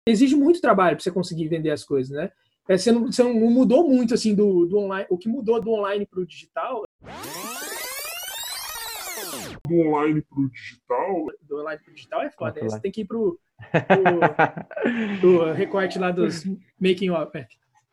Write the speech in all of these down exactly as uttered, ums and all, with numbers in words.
exige muito trabalho para você conseguir vender as coisas, né? É, você, não, você não mudou muito assim do, do online. O que mudou do online para o digital. Do online para o digital. Do online para o digital é foda. Né? Você tem que ir pro, pro, pro recorte lá dos making of. É.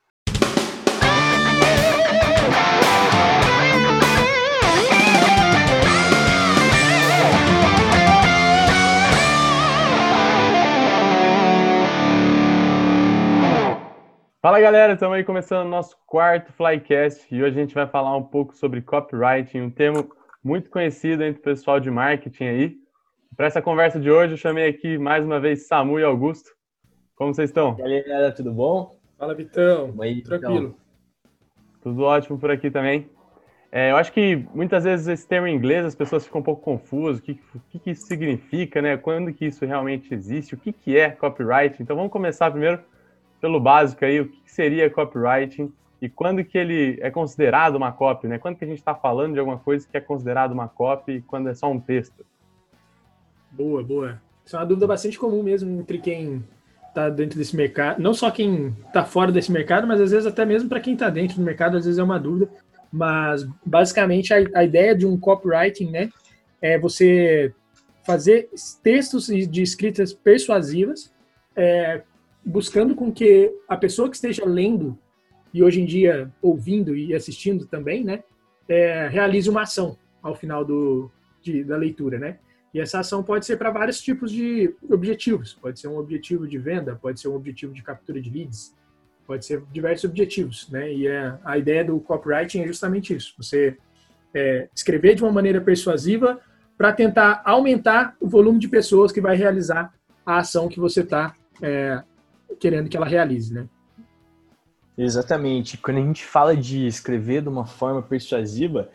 Fala galera, estamos aí começando o nosso quarto Flycast e hoje a gente vai falar um pouco sobre copywriting, um termo muito conhecido entre o pessoal de marketing aí. Para essa conversa de hoje eu chamei aqui mais uma vez Samu e Augusto. Como vocês estão? E aí galera, tudo bom? Fala Vitão, aí, tranquilo. Vitão. Tudo ótimo por aqui também. É, eu acho que muitas vezes esse termo em inglês as pessoas ficam um pouco confusas, o que, o que, que isso significa, né? Quando que isso realmente existe, o que, que é copywriting. Então vamos começar primeiro pelo básico aí, o que seria copywriting e quando que ele é considerado uma copy, né? Quando que a gente está falando de alguma coisa que é considerado uma copy e quando é só um texto? Boa, boa. Isso é uma dúvida bastante comum mesmo entre quem está dentro desse mercado, não só quem está fora desse mercado, mas às vezes até mesmo para quem está dentro do mercado, às vezes é uma dúvida. Mas basicamente a, a ideia de um copywriting, né, é você fazer textos de escritas persuasivas, é, buscando com que a pessoa que esteja lendo e hoje em dia ouvindo e assistindo também, né, é, realize uma ação ao final do, de, da leitura, né? E essa ação pode ser para vários tipos de objetivos. Pode ser um objetivo de venda, pode ser um objetivo de captura de leads, pode ser diversos objetivos, né? E é, a ideia do copywriting é justamente isso. Você é, escrever de uma maneira persuasiva para tentar aumentar o volume de pessoas que vai realizar a ação que você está é, querendo que ela realize, né? Exatamente. Quando a gente fala de escrever de uma forma persuasiva,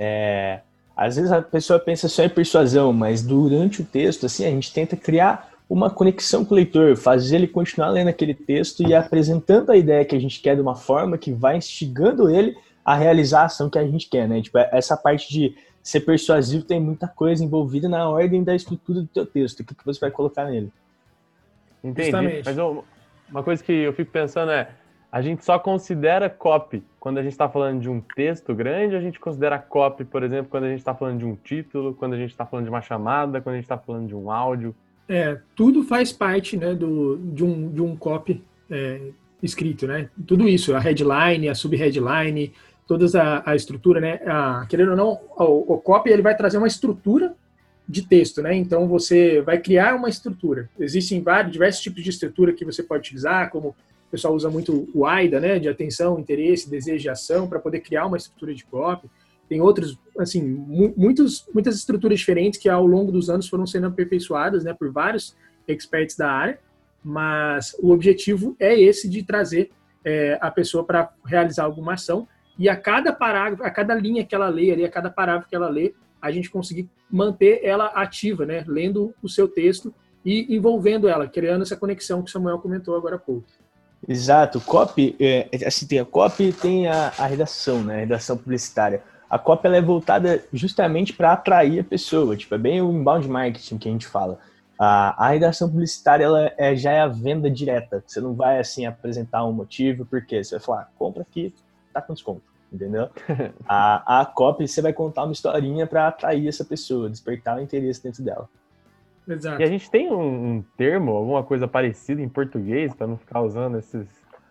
é, às vezes a pessoa pensa só em persuasão, mas durante o texto, assim, a gente tenta criar uma conexão com o leitor, fazer ele continuar lendo aquele texto e apresentando a ideia que a gente quer de uma forma que vai instigando ele a realizar a ação que a gente quer, né? Tipo, essa parte de ser persuasivo tem muita coisa envolvida na ordem da estrutura do teu texto, o que, que você vai colocar nele. Entendi. Justamente. Mas eu, uma coisa que eu fico pensando é, a gente só considera copy quando a gente está falando de um texto grande, ou a gente considera copy, por exemplo, quando a gente está falando de um título, quando a gente está falando de uma chamada, quando a gente está falando de um áudio? É, tudo faz parte, né, do, de, um, de um copy é, escrito, né? Tudo isso, a headline, a sub-headline, toda a, a estrutura, né? A, querendo ou não, o, o copy ele vai trazer uma estrutura de texto, né? Então você vai criar uma estrutura. Existem vários, diversos tipos de estrutura que você pode utilizar, como o pessoal usa muito o AIDA, né? De atenção, interesse, desejo e ação, para poder criar uma estrutura de copy. Tem outros, assim, muitos, muitas estruturas diferentes que ao longo dos anos foram sendo aperfeiçoadas, né, por vários experts da área, mas o objetivo é esse de trazer é, a pessoa para realizar alguma ação e a cada parágrafo, a cada linha que ela lê, ali, a cada parágrafo que ela lê, a gente conseguir manter ela ativa, né, lendo o seu texto e envolvendo ela, criando essa conexão que o Samuel comentou agora há pouco. Exato, copy, é, assim, tem a copy e tem a, a redação, né, a redação publicitária. A copy ela é voltada justamente para atrair a pessoa, tipo, é bem o inbound marketing que a gente fala. A, a redação publicitária ela é, já é a venda direta, você não vai assim apresentar um motivo, porque você vai falar, compra aqui, tá com desconto, entendeu? a, a copy você vai contar uma historinha para atrair essa pessoa, despertar o interesse dentro dela. Exato. E a gente tem um, um termo, alguma coisa parecida em português, para não ficar usando esses,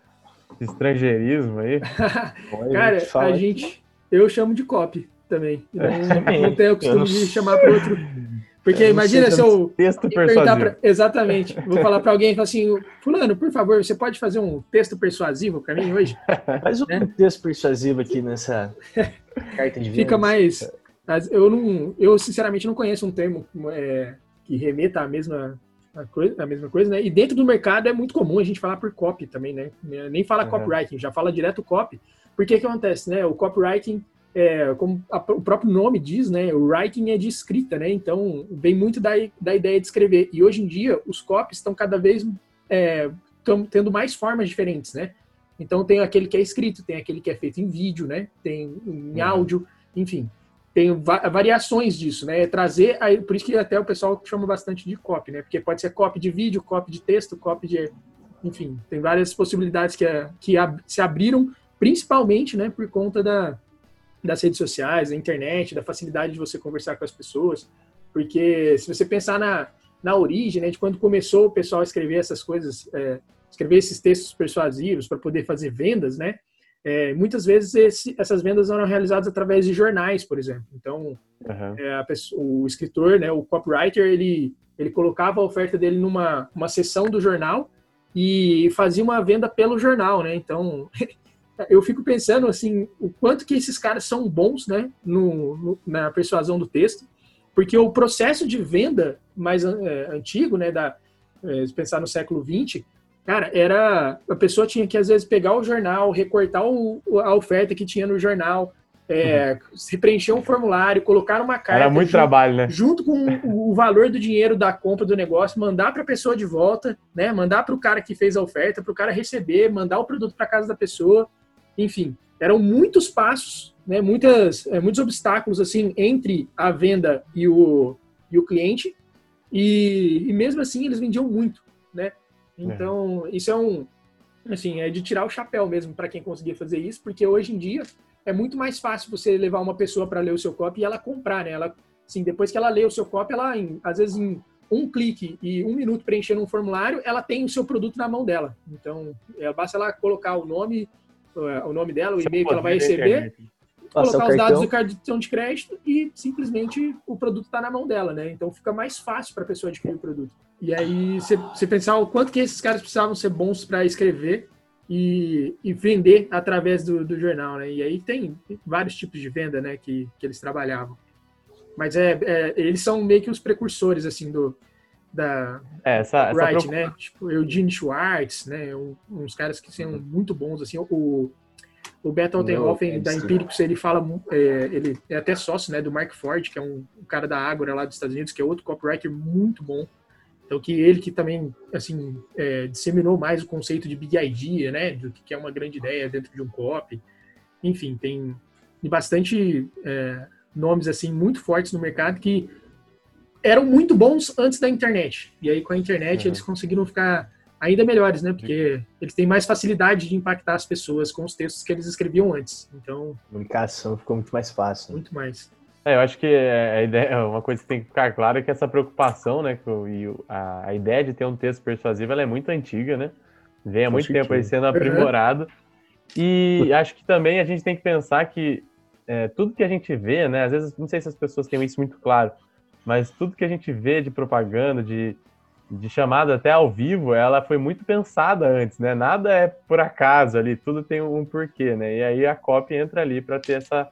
esse estrangeirismo aí? Cara, a, a gente... Eu chamo de copy também. Não, é, não tenho o costume não... de chamar para outro. Porque eu imagina se eu. Texto persuasivo. Pra... Exatamente. Vou falar para alguém e falar assim: Fulano, por favor, você pode fazer um texto persuasivo para mim hoje? Faz um né? texto persuasivo aqui nessa carta de vendas. Fica mais. Eu, não, eu, sinceramente, não conheço um termo é, que remeta à mesma, à coisa, à mesma coisa, né? E dentro do mercado é muito comum a gente falar por copy também, né? Nem fala uhum. copywriting, já fala direto copy. Porque que acontece, né? O copywriting, é, como a, o próprio nome diz, né? O writing é de escrita, né? Então, vem muito da, da ideia de escrever. E hoje em dia, os copies estão cada vez é, tão, tendo mais formas diferentes, né? Então, tem aquele que é escrito, tem aquele que é feito em vídeo, né? Tem em uhum. áudio, enfim. Tem va- variações disso, né? É trazer, aí, por isso que até o pessoal chama bastante de copy, né? Porque pode ser copy de vídeo, copy de texto, copy de, enfim, tem várias possibilidades que, que se abriram, principalmente, né, por conta da, das redes sociais, da internet, da facilidade de você conversar com as pessoas, porque se você pensar na, na origem, né, de quando começou o pessoal a escrever essas coisas, é, escrever esses textos persuasivos para poder fazer vendas, né, é, muitas vezes esse, essas vendas eram realizadas através de jornais, por exemplo. Então, uhum. é, a pessoa, o escritor, né, o copywriter, ele, ele colocava a oferta dele numa uma seção do jornal e fazia uma venda pelo jornal, né? Então, eu fico pensando, assim, o quanto que esses caras são bons, né, no, no, na persuasão do texto, porque o processo de venda mais é, antigo, né, da, é, se pensar no século vinte, cara, era, a pessoa tinha que, às vezes, pegar o jornal, recortar o, a oferta que tinha no jornal, é, uhum. preencher um formulário, colocar uma carta... Era muito junto, trabalho, né? Junto com o valor do dinheiro da compra do negócio, mandar para a pessoa de volta, né, mandar para o cara que fez a oferta, para o cara receber, mandar o produto para casa da pessoa. Enfim, eram muitos passos, né, muitas, muitos obstáculos assim, entre a venda e o, e o cliente, e, e mesmo assim eles vendiam muito, né? Então, é. isso é um, assim, é de tirar o chapéu mesmo para quem conseguia fazer isso, porque hoje em dia é muito mais fácil você levar uma pessoa para ler o seu copy e ela comprar, né? Ela, assim, depois que ela lê o seu copy, ela, em, às vezes, em um clique e um minuto preenchendo um formulário, ela tem o seu produto na mão dela. Então, é, basta ela colocar o nome, o nome dela, o e-mail que ela vai receber, colocar os dados do cartão de crédito e simplesmente o produto está na mão dela, né? Então fica mais fácil para a pessoa adquirir o produto. E aí você pensar o quanto que esses caras precisavam ser bons para escrever e, e vender através do, do jornal, né? E aí tem vários tipos de venda, né, que, que eles trabalhavam. Mas é, é, eles são meio que os precursores, assim, do da é, essa, essa Wright, né? Tipo, Eugene Schwartz, né? Um, uns caras que são muito bons, assim, o O Beto Altenhofen, da Empíricos, ele fala, é, ele é até sócio, né, do Mark Ford, que é um, um cara da Ágora lá dos Estados Unidos, que é outro copywriter muito bom. Então, que ele que também, assim, é, disseminou mais o conceito de Big Idea, né, do que é uma grande ideia dentro de um copy. Enfim, tem bastante é, nomes, assim, muito fortes no mercado que eram muito bons antes da internet. E aí, com a internet, uhum. eles conseguiram ficar ainda melhores, né? Porque eles têm mais facilidade de impactar as pessoas com os textos que eles escreviam antes. Então, a comunicação ficou muito mais fácil. Muito mais. É, eu acho que a ideia, uma coisa que tem que ficar clara é que essa preocupação, né, e a, a ideia de ter um texto persuasivo, ela é muito antiga, né? Vem há com muito certeza. tempo aí sendo aprimorado. Uhum. E acho que também a gente tem que pensar que é, tudo que a gente vê, né? Às vezes, não sei se as pessoas têm isso muito claro, mas tudo que a gente vê de propaganda, de de chamada até ao vivo, ela foi muito pensada antes, né? Nada é por acaso ali, tudo tem um porquê, né? E aí a copy entra ali para ter essa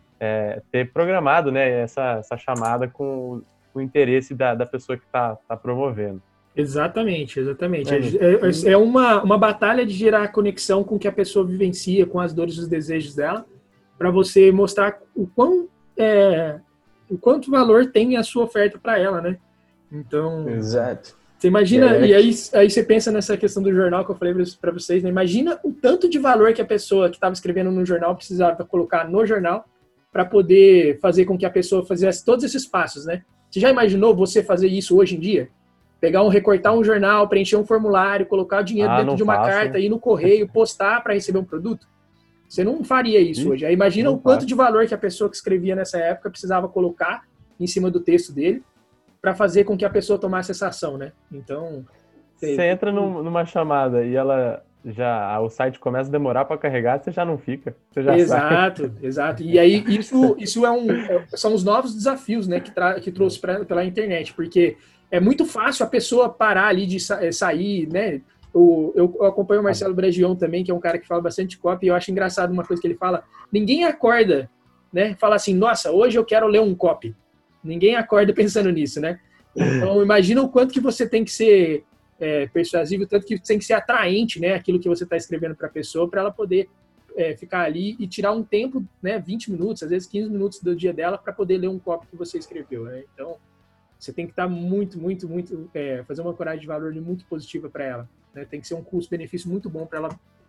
é, ter programado, né? Essa, essa chamada com o interesse da, da pessoa que está tá promovendo. Exatamente, exatamente. É, é, é uma, uma batalha de gerar conexão com o que a pessoa vivencia, com as dores e os desejos dela, para você mostrar o quão é, o quanto valor tem a sua oferta para ela, né? Então, exato. Você imagina, é. e aí, aí você pensa nessa questão do jornal que eu falei para vocês, né? Imagina o tanto de valor que a pessoa que estava escrevendo no jornal precisava colocar no jornal para poder fazer com que a pessoa fizesse todos esses passos, né? Você já imaginou você fazer isso hoje em dia? Pegar um, recortar um jornal, preencher um formulário, colocar o dinheiro ah, dentro de uma faço. carta, ir no correio, postar para receber um produto? Você não faria isso Ih, hoje. Aí imagina o quanto faço. de valor que a pessoa que escrevia nessa época precisava colocar em cima do texto dele para fazer com que a pessoa tomasse essa ação, né? Então... Você entra num, numa chamada e ela já... O site começa a demorar para carregar, você já não fica. Você já exato, sai. exato. E aí, isso, isso é um, são os novos desafios, né, que, tra, que trouxe pra, pela internet, porque é muito fácil a pessoa parar ali de sa, sair, né? O, eu, eu acompanho o Marcelo Bregion também, que é um cara que fala bastante copy, e eu acho engraçado uma coisa que ele fala. Ninguém acorda, né? Fala assim, nossa, hoje eu quero ler um copy. Ninguém acorda pensando nisso, né? Então, imagina o quanto que você tem que ser é, persuasivo, o tanto que tem que ser atraente, né? Aquilo que você está escrevendo para a pessoa, para ela poder é, ficar ali e tirar um tempo, né? vinte minutos, às vezes quinze minutos do dia dela para poder ler um copy que você escreveu, né? Então, você tem que estar tá muito, muito, muito... É, fazer uma coragem de valor muito positiva para ela, né? Tem que ser um custo-benefício muito bom para ela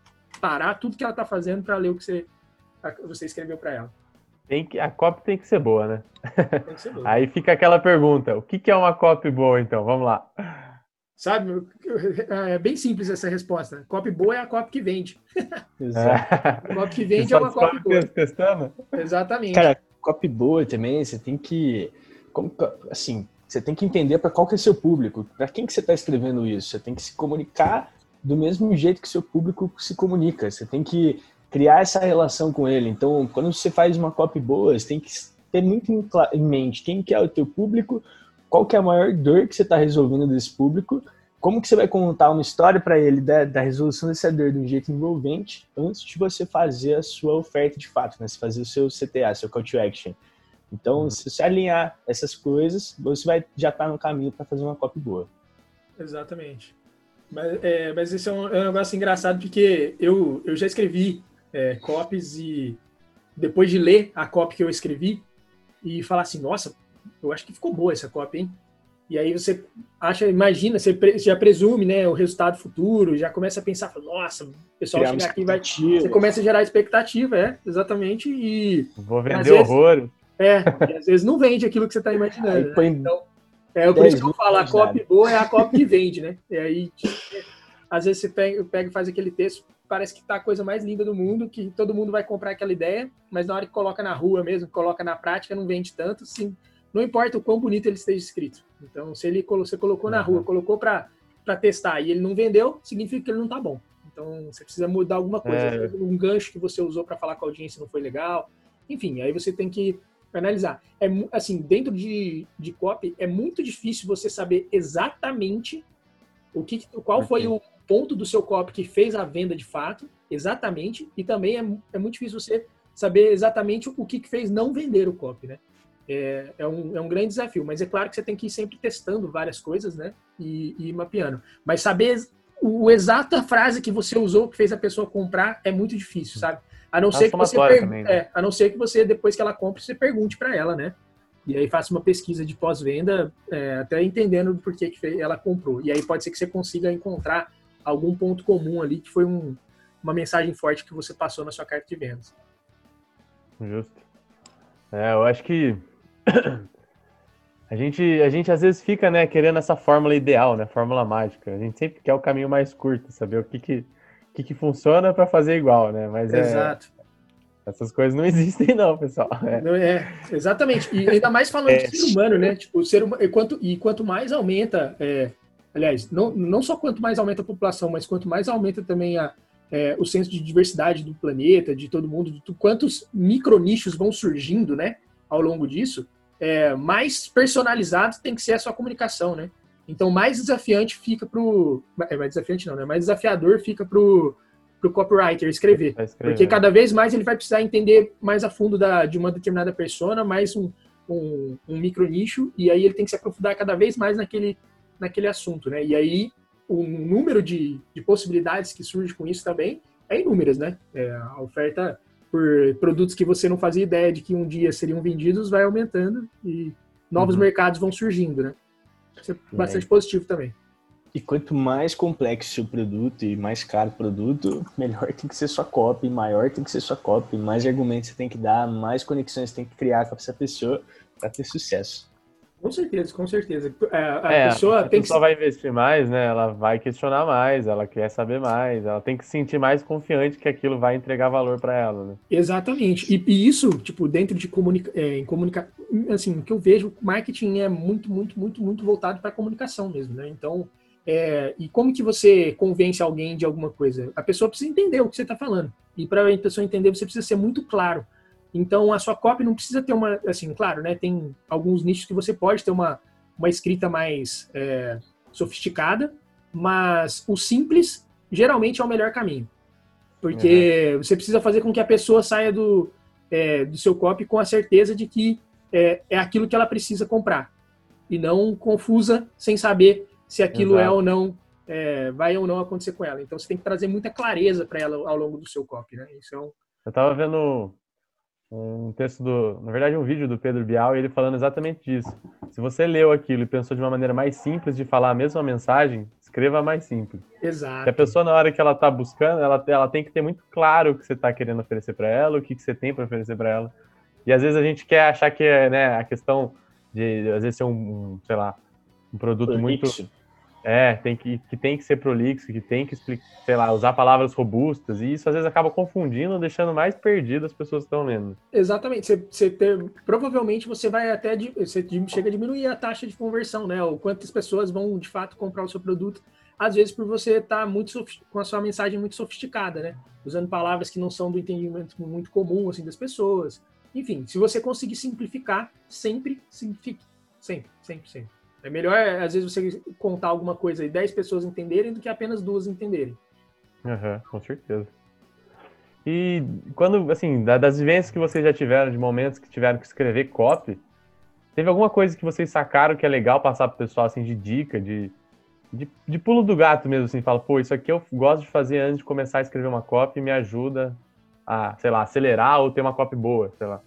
parar tudo que ela está fazendo para ler o que você, você escreveu para ela. Tem que, a copy tem que ser boa, né? Tem que ser boa. Aí fica aquela pergunta, o que, que é uma copy boa, então? Vamos lá. Sabe? É bem simples essa resposta. Copy boa é a copy que vende. Exato. A copy que vende Você é só uma copy descobre boa. testando? Exatamente. Cara, copy boa também, você tem que, como, assim, você tem que entender para qual que é seu público, para quem que você está escrevendo isso. Você tem que se comunicar do mesmo jeito que seu público se comunica. Você tem que criar essa relação com ele. Então, quando você faz uma copy boa, você tem que ter muito em, em mente quem que é o teu público, qual que é a maior dor que você está resolvendo desse público, como que você vai contar uma história para ele da, da resolução dessa dor de um jeito envolvente antes de você fazer a sua oferta de fato, né? Você fazer o seu C T A, seu Call to Action. Então, uhum. se você alinhar essas coisas, você vai já estar tá no caminho para fazer uma copy boa. Exatamente. Mas, é, mas isso é um, é um negócio engraçado, porque eu, eu já escrevi é, copies e depois de ler a copy que eu escrevi e falar assim, nossa, eu acho que ficou boa essa copy, hein? E aí você acha, imagina, você já presume, né, o resultado futuro, já começa a pensar, nossa, o pessoal Criar chegar aqui e vai... Você começa a gerar expectativa, é, exatamente, e... Vou vender horror. É, e às vezes não vende aquilo que você está imaginando, né? põe... Então, é por isso que eu falo, a copy boa é a copy que vende, né? E aí, às vezes você pega, pega e faz aquele texto, parece que tá a coisa mais linda do mundo, que todo mundo vai comprar aquela ideia, mas na hora que coloca na rua mesmo, coloca na prática, não vende tanto, assim... Não importa o quão bonito ele esteja escrito. Então, se ele você colocou na rua, colocou para testar e ele não vendeu, significa que ele não está bom. Então, você precisa mudar alguma coisa. É. Um gancho que você usou para falar com a audiência não foi legal. Enfim, aí você tem que analisar. É, assim, dentro de, de copy, é muito difícil você saber exatamente o que, qual okay. foi o ponto do seu copy que fez a venda de fato, exatamente, e também é, é muito difícil você saber exatamente o que, que fez não vender o copy, né? É, é, um, é um grande desafio, mas é claro que você tem que ir sempre testando várias coisas, né, e, e mapeando. Mas saber o, o exata frase que você usou que fez a pessoa comprar é muito difícil, sabe? A não ser que você per... também, né? é, a não ser que você depois que ela compre você pergunte para ela, né? E aí faça uma pesquisa de pós-venda, é, até entendendo por que que ela comprou. E aí pode ser que você consiga encontrar algum ponto comum ali que foi um, uma mensagem forte que você passou na sua carta de vendas. Justo. É, eu acho que A gente, a gente às vezes fica, né, querendo essa fórmula ideal, né, fórmula mágica. A gente sempre quer o caminho mais curto, saber o que que, o que, que funciona para fazer igual, né? Mas Exato. É, essas coisas não existem não, pessoal. É, não, é exatamente. E ainda mais falando é. de ser humano, né? Tipo, o ser humano, e, quanto, e quanto mais aumenta, é, aliás, não, não só quanto mais aumenta a população, mas quanto mais aumenta também a, é, o senso de diversidade do planeta, de todo mundo, de quantos micronichos vão surgindo, né, ao longo disso, É, mais personalizado tem que ser a sua comunicação, né? Então, mais desafiante fica pro... É, mais desafiante não, né? Mais desafiador fica pro, pro copywriter escrever. Porque cada vez mais ele vai precisar entender mais a fundo da, de uma determinada persona, mais um, um, um micro nicho, e aí ele tem que se aprofundar cada vez mais naquele, naquele assunto, né? E aí, o número de, de possibilidades que surge com isso também é inúmeras, né? É, a oferta... por produtos que você não fazia ideia de que um dia seriam vendidos, vai aumentando e novos uhum. mercados vão surgindo, né? Isso é bastante é. positivo também. E quanto mais complexo o produto e mais caro o produto, melhor tem que ser sua copy, maior tem que ser sua copy, mais argumentos você tem que dar, mais conexões você tem que criar com essa pessoa para ter sucesso. Com certeza, com certeza. A, a é, pessoa a tem pessoa que... vai investir mais, né? Ela vai questionar mais, ela quer saber mais, ela tem que se sentir mais confiante que aquilo vai entregar valor para ela, né? Exatamente. E, e isso, tipo, dentro de comunica... É, em comunicar, assim, o que eu vejo, marketing é muito, muito, muito, muito voltado para comunicação mesmo, né? Então, é, e como que você convence alguém de alguma coisa? A pessoa precisa entender o que você está falando. E para a pessoa entender, você precisa ser muito claro. Então, a sua copy não precisa ter uma... Assim, claro, né? Tem alguns nichos que você pode ter uma, uma escrita mais é, sofisticada, mas o simples, geralmente, é o melhor caminho. Porque uhum. você precisa fazer com que a pessoa saia do, é, do seu copy com a certeza de que é, é aquilo que ela precisa comprar. E não confusa, sem saber se aquilo Exato. é ou não... É, vai ou não acontecer com ela. Então, você tem que trazer muita clareza para ela ao longo do seu copy, né? Isso é um... Eu tava vendo... um texto do, na verdade um vídeo do Pedro Bial, e ele falando exatamente disso. Se você leu aquilo e pensou de uma maneira mais simples de falar a mesma mensagem, escreva mais simples. Exato. Se a pessoa na hora que ela está buscando, ela, ela tem que ter muito claro o que você está querendo oferecer para ela, o que, que você tem para oferecer para ela. E às vezes a gente quer achar que, né, a questão de às vezes ser um, um sei lá, um produto Prolixo. muito É, tem que, que tem que ser prolixo, que tem que explicar, sei lá, usar palavras robustas, e isso às vezes acaba confundindo, deixando mais perdido as pessoas que estão lendo. Exatamente. Você, você ter, provavelmente você vai até você chega a diminuir a taxa de conversão, né? Ou quantas pessoas vão de fato comprar o seu produto, às vezes por você estar muito com a sua mensagem muito sofisticada, né? Usando palavras que não são do entendimento muito comum assim das pessoas. Enfim, se você conseguir simplificar, sempre simplifique, sempre, sempre, sempre. É melhor, às vezes, você contar alguma coisa e dez pessoas entenderem do que apenas duas entenderem. Uhum, com certeza. E quando, assim, das vivências que vocês já tiveram, de momentos que tiveram que escrever copy, teve alguma coisa que vocês sacaram que é legal passar pro pessoal, assim, de dica, de, de, de pulo do gato mesmo, assim, fala, pô, isso aqui eu gosto de fazer antes de começar a escrever uma copy e me ajuda a, sei lá, acelerar ou ter uma copy boa, sei lá.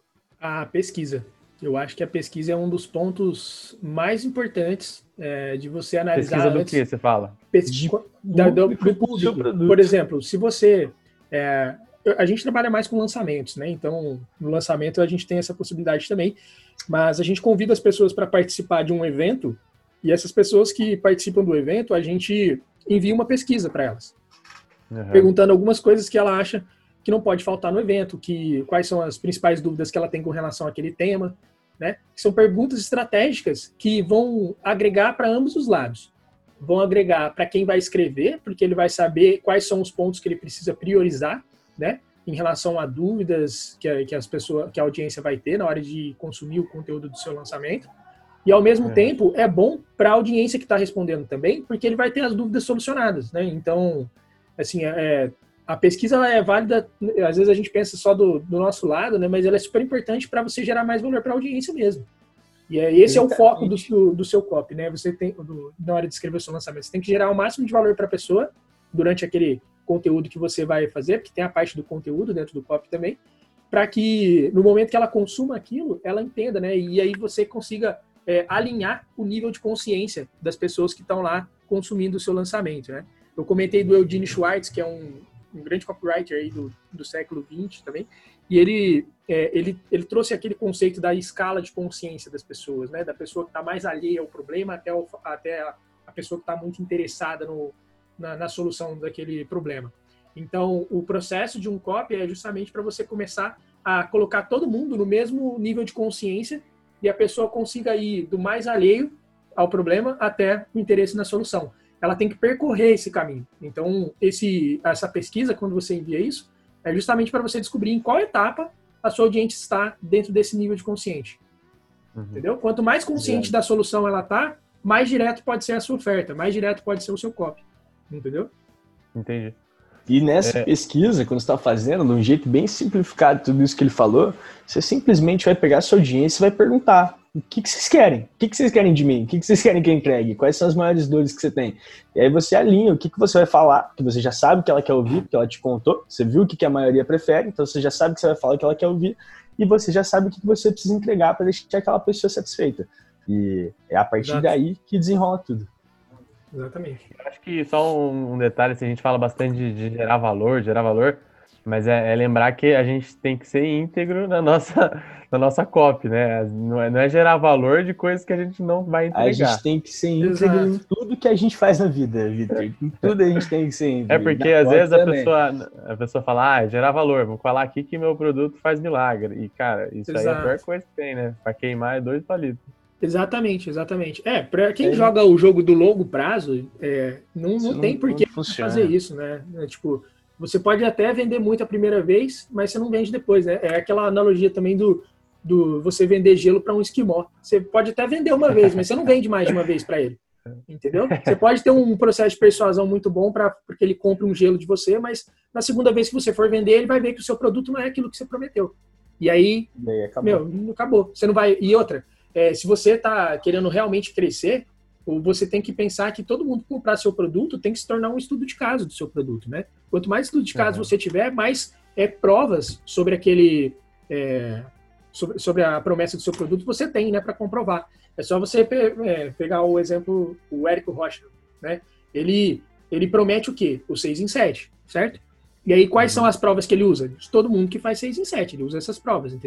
A pesquisa. Eu acho que a pesquisa é um dos pontos mais importantes é, de você analisar. Pesquisa do antes, que você fala? Pesqu... Da, do, do público. Por exemplo, se você... É, a gente trabalha mais com lançamentos, né? Então, no lançamento a gente tem essa possibilidade também, mas a gente convida as pessoas para participar de um evento e essas pessoas que participam do evento, a gente envia uma pesquisa para elas, uhum. perguntando algumas coisas que ela acha que não pode faltar no evento, que, quais são as principais dúvidas que ela tem com relação àquele tema, né? São perguntas estratégicas que vão agregar para ambos os lados. Vão agregar para quem vai escrever, porque ele vai saber quais são os pontos que ele precisa priorizar, né? Em relação a dúvidas que a, que as pessoas, que a audiência vai ter na hora de consumir o conteúdo do seu lançamento. E, ao mesmo é. tempo, é bom para a audiência que está respondendo também, porque ele vai ter as dúvidas solucionadas, né? Então, assim, é, a pesquisa ela é válida, às vezes a gente pensa só do, do nosso lado, né? Mas ela é super importante para você gerar mais valor para a audiência mesmo. E é, esse Exatamente. é o foco do, do, do seu copy, né? Você tem, do, na hora de escrever o seu lançamento, você tem que gerar o máximo de valor para a pessoa durante aquele conteúdo que você vai fazer, porque tem a parte do conteúdo dentro do copy também, para que no momento que ela consuma aquilo, ela entenda, né? E aí você consiga é, alinhar o nível de consciência das pessoas que estão lá consumindo o seu lançamento, né? Eu comentei do Eugene Schwartz, que é um, um grande copywriter aí do, do século vinte também, e ele, é, ele, ele trouxe aquele conceito da escala de consciência das pessoas, né? Da pessoa que está mais alheia ao problema até, o, até a, a pessoa que está muito interessada no, na, na solução daquele problema. Então, o processo de um copy é justamente para você começar a colocar todo mundo no mesmo nível de consciência e a pessoa consiga ir do mais alheio ao problema até o interesse na solução. Ela tem que percorrer esse caminho. Então, esse, essa pesquisa, quando você envia isso, é justamente para você descobrir em qual etapa a sua audiência está dentro desse nível de consciente. Uhum. Entendeu? Quanto mais consciente é. da solução ela está, mais direto pode ser a sua oferta, mais direto pode ser o seu copy. Entendeu? Entendi. E nessa é. pesquisa, quando você está fazendo, de um jeito bem simplificado, tudo isso que ele falou, você simplesmente vai pegar a sua audiência e vai perguntar: o que, que vocês querem? O que, que vocês querem de mim? O que, que vocês querem que eu entregue? Quais são as maiores dores que você tem? E aí você alinha o que, que você vai falar, que você já sabe o que ela quer ouvir, porque ela te contou, você viu o que, que a maioria prefere, então você já sabe que você vai falar o que ela quer ouvir, e você já sabe o que, que você precisa entregar para deixar aquela pessoa satisfeita. E é a partir Exato. daí que desenrola tudo. Exatamente. Eu acho que só um, um detalhe, assim, a gente fala bastante de, de gerar valor, gerar valor, mas é, é lembrar que a gente tem que ser íntegro na nossa, na nossa copy, né? Não é, não é gerar valor de coisas que a gente não vai entregar. A gente tem que ser íntegro Exato. em tudo que a gente faz na vida, Vitor. Em tudo a gente tem que ser íntegro. É porque às vezes a pessoa, a pessoa fala, ah, gerar valor, vou falar aqui que meu produto faz milagre. E, cara, isso Exato. aí é a pior coisa que tem, né? Pra queimar é dois palitos. Exatamente, exatamente. É, para quem é. joga o jogo do longo prazo, é, não, não tem por que fazer isso, né? É, tipo, você pode até vender muito a primeira vez, mas você não vende depois, né? É aquela analogia também do, do você vender gelo para um esquimó. Você pode até vender uma vez, mas você não vende mais de uma vez para ele. Entendeu? Você pode ter um processo de persuasão muito bom para porque ele compre um gelo de você, mas na segunda vez que você for vender, ele vai ver que o seu produto não é aquilo que você prometeu. E aí, e aí acabou. meu, acabou. Você não vai... E outra... É, se você está querendo realmente crescer, você tem que pensar que todo mundo que comprar seu produto tem que se tornar um estudo de caso do seu produto, né? Quanto mais estudo de caso uhum. você tiver, mais é, provas sobre aquele é, sobre, sobre a promessa do seu produto você tem, né, para comprovar. É só você pe é, pegar o exemplo, o Érico Rocha, né? Ele, ele promete o quê? O seis em sete, certo? E aí, quais uhum. são as provas que ele usa? Todo mundo que faz seis em sete, ele usa essas provas, entendeu?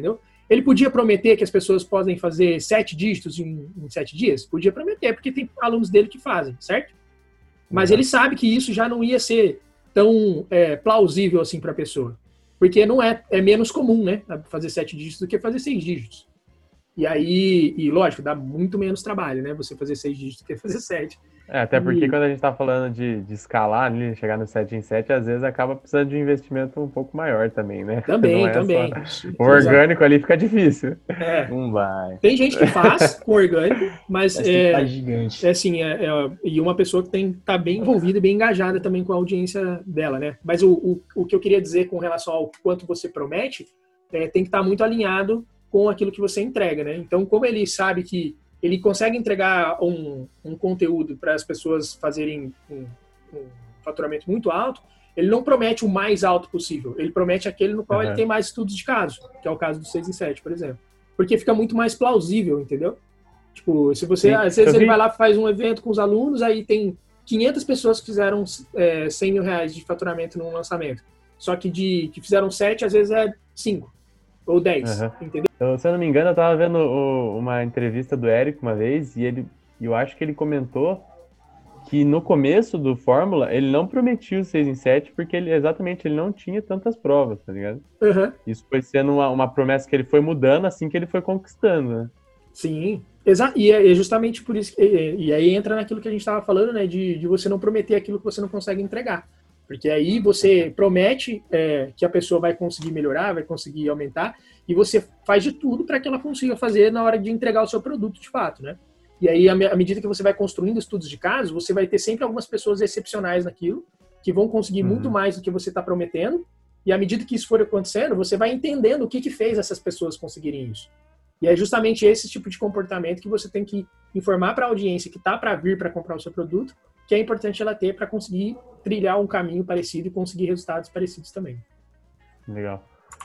Ele podia prometer que as pessoas podem fazer sete dígitos em, em sete dias? Podia prometer, porque tem alunos dele que fazem, certo? Mas ele sabe que isso já não ia ser tão é, plausível assim para a pessoa. Porque não é, é menos comum, né? Fazer sete dígitos do que fazer seis dígitos. E aí, e lógico, dá muito menos trabalho, né? Você fazer seis dígitos do que fazer sete. É, até porque e... quando a gente tá falando de, de escalar ali, chegar no sete em sete, às vezes acaba precisando de um investimento um pouco maior também, né? Também, não é também. Só... O orgânico ali fica difícil. É. Não vai. Tem gente que faz com orgânico, mas, mas é, tá gigante. é assim, é, é, e uma pessoa que tem tá bem envolvida e bem engajada também com a audiência dela, né? Mas o, o, o que eu queria dizer com relação ao quanto você promete, é, tem que estar muito alinhado com aquilo que você entrega, né? Então, como ele sabe que ele consegue entregar um, um conteúdo para as pessoas fazerem um, um faturamento muito alto, ele não promete o mais alto possível, ele promete aquele no qual uhum. ele tem mais estudos de caso, que é o caso do seis em sete, por exemplo. Porque fica muito mais plausível, entendeu? Tipo, se você, Sim, às vezes ele vi. vai lá e faz um evento com os alunos, aí tem quinhentas pessoas que fizeram é, cem mil reais de faturamento num lançamento. Só que de que fizeram sete, às vezes é cinco ou dez, uhum. entendeu? Eu, se eu não me engano, eu tava vendo o, uma entrevista do Érico uma vez, e ele, eu acho que ele comentou que no começo do Fórmula, ele não prometia o seis em sete, porque ele, exatamente, ele não tinha tantas provas, tá ligado? Uhum. Isso foi sendo uma, uma promessa que ele foi mudando assim que ele foi conquistando, né? Sim, exato. E é justamente por isso que, e, e aí entra naquilo que a gente estava falando, né, de, de você não prometer aquilo que você não consegue entregar. Porque aí você promete é, que a pessoa vai conseguir melhorar, vai conseguir aumentar, e você faz de tudo para que ela consiga fazer na hora de entregar o seu produto de fato, né? E aí, à medida que você vai construindo estudos de caso, você vai ter sempre algumas pessoas excepcionais naquilo, que vão conseguir uhum. muito mais do que você está prometendo, e à medida que isso for acontecendo, você vai entendendo o que, que fez essas pessoas conseguirem isso. E é justamente esse tipo de comportamento que você tem que informar para a audiência que está para vir para comprar o seu produto, que é importante ela ter para conseguir trilhar um caminho parecido e conseguir resultados parecidos também. Legal.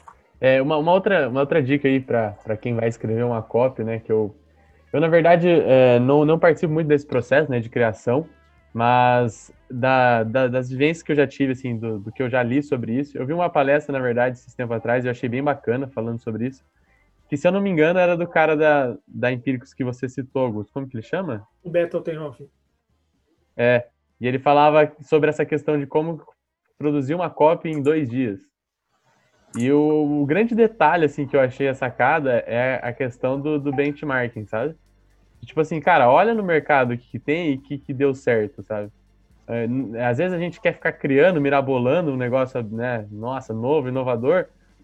É, uma, uma, outra, uma outra dica aí para quem vai escrever uma copy, né, que eu, eu na verdade, é, não, não participo muito desse processo, né, de criação, mas da, da, das vivências que eu já tive, assim, do, do que eu já li sobre isso, eu vi uma palestra, na verdade, esses tempos atrás, e eu achei bem bacana falando sobre isso, que, se eu não me engano, era do cara da, da Empíricos que você citou, Augusto. Como que ele chama? O Beto Altenhoff. É, e ele falava sobre essa questão de como produzir uma copy em dois dias. E o, o grande detalhe, assim, que eu achei a sacada é a questão do, do benchmarking, sabe? Tipo assim, cara, olha no mercado o que, que tem e o que, que deu certo, sabe? É, às vezes a gente quer ficar criando, mirabolando um negócio, né, nossa, novo, inovador,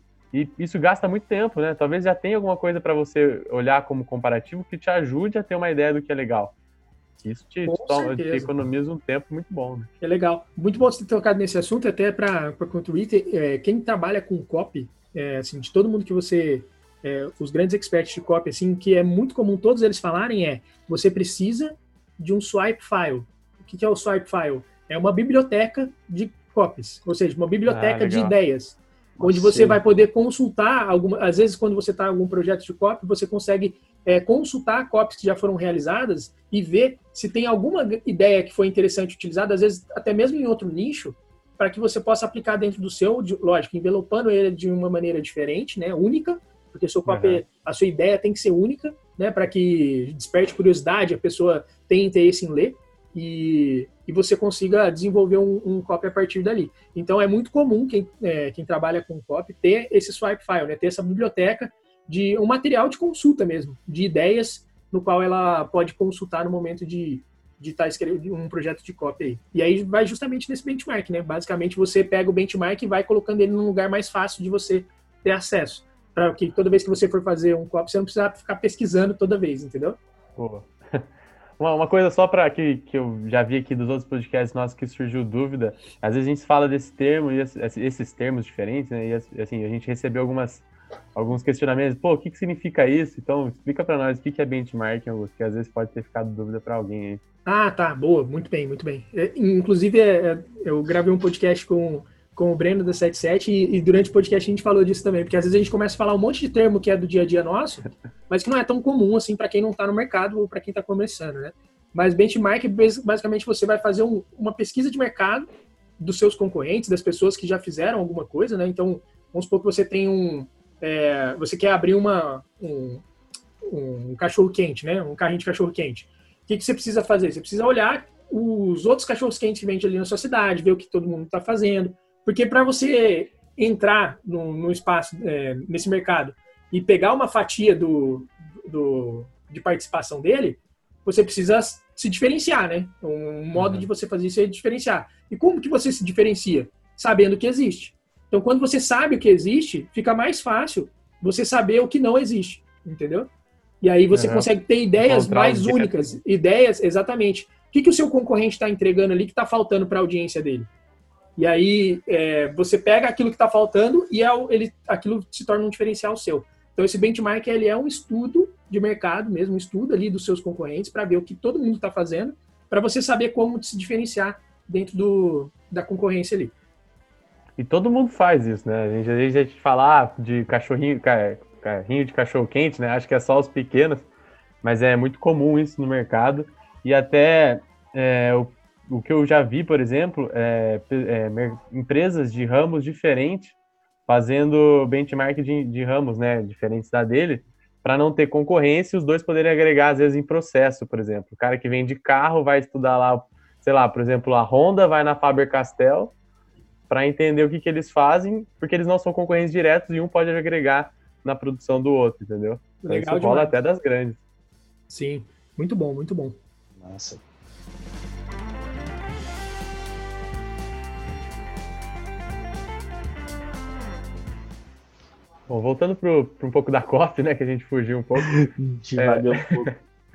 e isso gasta muito tempo, né? Talvez já tenha alguma coisa para você olhar como comparativo que te ajude a ter uma ideia do que é legal. Isso te, te, toma, te economiza um tempo muito bom, né? É legal. Muito bom você ter tocado nesse assunto, até para contribuir. É, quem trabalha com copy, é, assim, de todo mundo que você... É, os grandes experts de copy, assim, que é muito comum todos eles falarem é, você precisa de um swipe file. O que, que é o swipe file? É uma biblioteca de copies, ou seja, uma biblioteca ah, de ideias, onde você Sim. vai poder consultar, alguma, às vezes quando você está em algum projeto de copy, você consegue é, consultar copies que já foram realizadas e ver se tem alguma ideia que foi interessante utilizada, às vezes até mesmo em outro nicho, para que você possa aplicar dentro do seu, de, lógico, envelopando ele de uma maneira diferente, né, única, porque o seu copy, uhum. a sua ideia tem que ser única, né, para que desperte curiosidade, a pessoa tenha interesse em ler e, e você consiga desenvolver um, um copy a partir dali. Então é muito comum quem, é, quem trabalha com copy ter esse swipe file, né, ter essa biblioteca de um material de consulta mesmo, de ideias no qual ela pode consultar no momento de de estar escrevendo um projeto de copy aí. E aí vai justamente nesse benchmark, né? Basicamente você pega o benchmark e vai colocando ele num lugar mais fácil de você ter acesso. Para que toda vez que você for fazer um copy, você não precisa ficar pesquisando toda vez, entendeu? Boa. Uma, uma coisa só para que, que eu já vi aqui dos outros podcasts nossos que surgiu dúvida, às vezes a gente fala desse termo e esses termos diferentes, né? E assim, a gente recebeu algumas, alguns questionamentos. Pô, o que, que significa isso? Então, explica para nós o que, que é benchmarking, Augusto, que às vezes pode ter ficado dúvida para alguém aí. Ah, tá. Boa. Muito bem, muito bem. É, inclusive, é, eu gravei um podcast com... com o Breno da setenta e sete, e, e durante o podcast a gente falou disso também, porque às vezes a gente começa a falar um monte de termo que é do dia a dia nosso, mas que não é tão comum assim para quem não está no mercado ou para quem está começando, né? Mas benchmark, basicamente você vai fazer um, uma pesquisa de mercado dos seus concorrentes, das pessoas que já fizeram alguma coisa, né? Então, vamos supor que você tem um, é, você quer abrir uma, um, um cachorro-quente, né? Um carrinho de cachorro-quente. O que, que você precisa fazer? Você precisa olhar os outros cachorros-quentes que vendem ali na sua cidade, ver o que todo mundo está fazendo. Porque para você entrar no, no espaço, é, nesse mercado, e pegar uma fatia do, do, de participação dele, você precisa se diferenciar, né? Um modo uhum. de você fazer isso é diferenciar. E como que você se diferencia? Sabendo que existe. Então, quando você sabe o que existe, fica mais fácil você saber o que não existe, entendeu? E aí você uhum. consegue ter ideias mais únicas. Direto. Ideias, exatamente. O que, que o seu concorrente está entregando ali que está faltando para a audiência dele? E aí é, você pega aquilo que está faltando e é, ele, aquilo se torna um diferencial seu. Então, esse benchmark ele é um estudo de mercado mesmo, um estudo ali dos seus concorrentes para ver o que todo mundo está fazendo, para você saber como se diferenciar dentro do, da concorrência ali. E todo mundo faz isso, né? A gente, às vezes a gente fala de cachorrinho, carrinho de cachorro quente, né? Acho que é só os pequenos, mas é muito comum isso no mercado. E até é, o, o que eu já vi, por exemplo, é, é empresas de ramos diferentes fazendo benchmark de, de ramos, né, diferentes da dele, para não ter concorrência e os dois poderem agregar, às vezes, em processo, por exemplo. O cara que vende carro vai estudar lá, sei lá, por exemplo, a Honda vai na Faber-Castell para entender o que, que eles fazem, porque eles não são concorrentes diretos e um pode agregar na produção do outro, entendeu? Legal, isso rola até das grandes. Sim, muito bom, muito bom. Nossa. Bom, voltando para um pouco da C O P, né, que a gente fugiu um pouco. Devagou é, um pouco.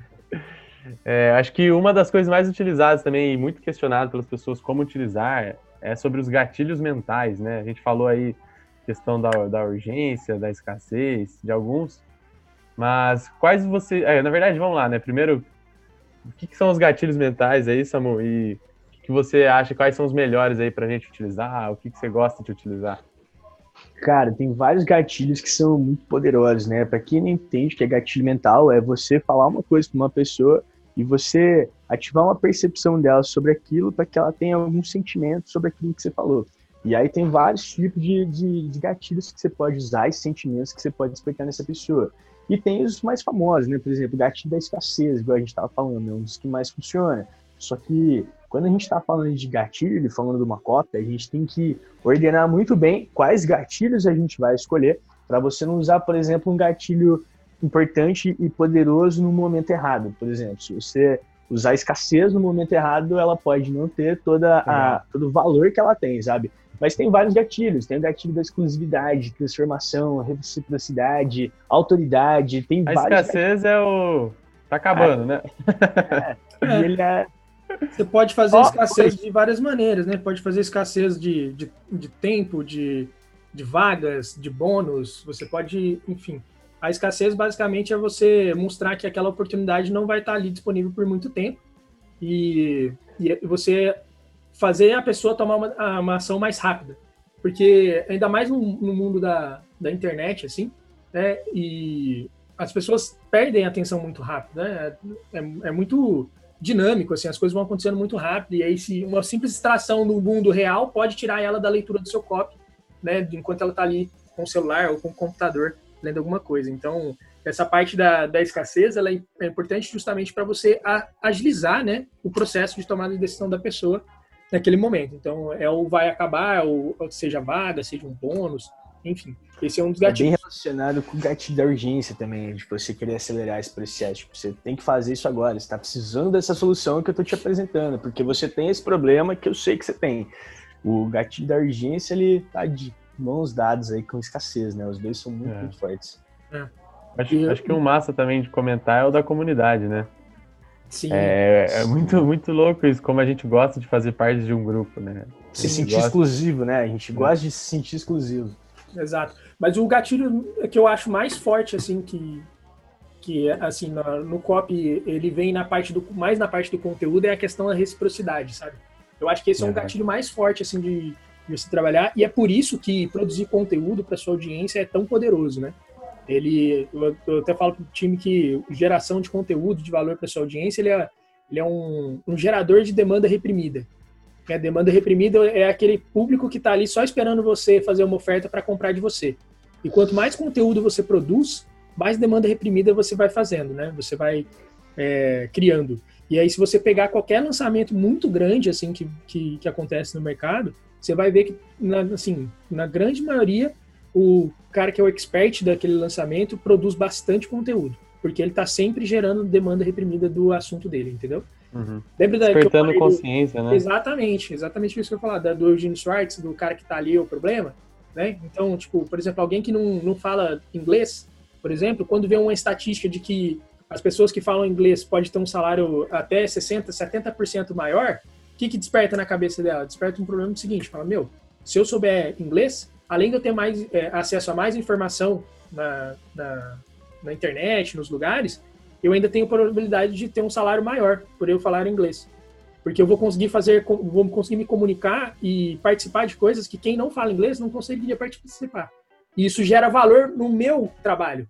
É, acho que uma das coisas mais utilizadas também, e muito questionado pelas pessoas como utilizar, é sobre os gatilhos mentais, né? A gente falou aí questão da, da urgência, da escassez, de alguns, mas quais você... É, na verdade, vamos lá, né? Primeiro, o que, que são os gatilhos mentais aí, Samu? E o que, que você acha, quais são os melhores aí pra gente utilizar? O que, que você gosta de utilizar? Cara, tem vários gatilhos que são muito poderosos, né? Para quem não entende que é gatilho mental, é você falar uma coisa para uma pessoa e você ativar uma percepção dela sobre aquilo para que ela tenha algum sentimento sobre aquilo que você falou. E aí tem vários tipos de, de, de gatilhos que você pode usar e sentimentos que você pode despertar nessa pessoa. E tem os mais famosos, né? Por exemplo, o gatilho da escassez, igual a gente estava falando, é um dos que mais funciona. Só que quando a gente está falando de gatilho, falando de uma cópia, a gente tem que ordenar muito bem quais gatilhos a gente vai escolher para você não usar, por exemplo, um gatilho importante e poderoso no momento errado. Por exemplo, se você usar escassez no momento errado, ela pode não ter toda a, todo o valor que ela tem, sabe? Mas tem vários gatilhos. Tem o gatilho da exclusividade, transformação, reciprocidade, autoridade. Tem a vários escassez gatilhos. É o... Tá acabando, é. né? É. E ele é... Você pode fazer oh, escassez de várias maneiras, né? Pode fazer escassez de, de, de tempo, de, de vagas, de bônus. Você pode, enfim. A escassez, basicamente, é você mostrar que aquela oportunidade não vai estar ali disponível por muito tempo e, e você fazer a pessoa tomar uma, uma ação mais rápida. Porque, ainda mais no, no mundo da, da internet, assim, né? E as pessoas perdem a atenção muito rápido, né? É, é muito... dinâmico, assim, as coisas vão acontecendo muito rápido, e aí se uma simples extração do mundo real pode tirar ela da leitura do seu copy, né, enquanto ela está ali com o celular ou com o computador lendo alguma coisa. Então, essa parte da, da escassez, ela é importante justamente para você a, agilizar, né, o processo de tomada de decisão da pessoa naquele momento. Então, é o vai acabar, ou, ou seja vaga, seja um bônus, enfim. Esse é um dos gatilhos. É bem relacionado com o gatilho da urgência também, de você querer acelerar esse processo. Tipo, você tem que fazer isso agora, você está precisando dessa solução que eu estou te apresentando, porque você tem esse problema que eu sei que você tem. O gatilho da urgência, ele tá de mãos dadas aí com escassez, né? Os dois são muito, é. muito fortes. É. Acho, e... acho que um massa também de comentar é o da comunidade, né? Sim. É, é muito, muito louco isso, como a gente gosta de fazer parte de um grupo, né? Se sentir gosta... exclusivo, né? A gente gosta de se sentir exclusivo. Exato. Mas o gatilho que eu acho mais forte, assim, que, que assim, no, no copy, ele vem na parte do, mais na parte do conteúdo, é a questão da reciprocidade, sabe? Eu acho que esse é um uhum. gatilho mais forte, assim, de, de você trabalhar, e é por isso que produzir conteúdo para sua audiência é tão poderoso, né? Ele, eu, eu até falo pro time que geração de conteúdo de valor para sua audiência, ele é, ele é um, um gerador de demanda reprimida. A demanda reprimida é aquele público que está ali só esperando você fazer uma oferta para comprar de você. E quanto mais conteúdo você produz, mais demanda reprimida você vai fazendo, né? Você vai é, criando. E aí, se você pegar qualquer lançamento muito grande, assim, que, que, que acontece no mercado, você vai ver que, na, assim, na grande maioria, o cara que é o expert daquele lançamento produz bastante conteúdo, porque ele está sempre gerando demanda reprimida do assunto dele, entendeu? Uhum. Lembra da Despertando consciência, do... né? Exatamente, exatamente isso que eu ia falar, da, do Eugene Schwartz, do cara que está ali, o problema, né? Então, tipo, por exemplo, alguém que não, não fala inglês, por exemplo, quando vê uma estatística de que as pessoas que falam inglês podem ter um salário até sessenta por cento, setenta por cento maior, o que que desperta na cabeça dela? Desperta um problema do seguinte, fala, meu, se eu souber inglês, além de eu ter mais é, acesso a mais informação na, na, na internet, nos lugares, eu ainda tenho probabilidade de ter um salário maior por eu falar inglês. Porque eu vou conseguir fazer, vou conseguir me comunicar e participar de coisas que quem não fala inglês não conseguiria participar. E isso gera valor no meu trabalho.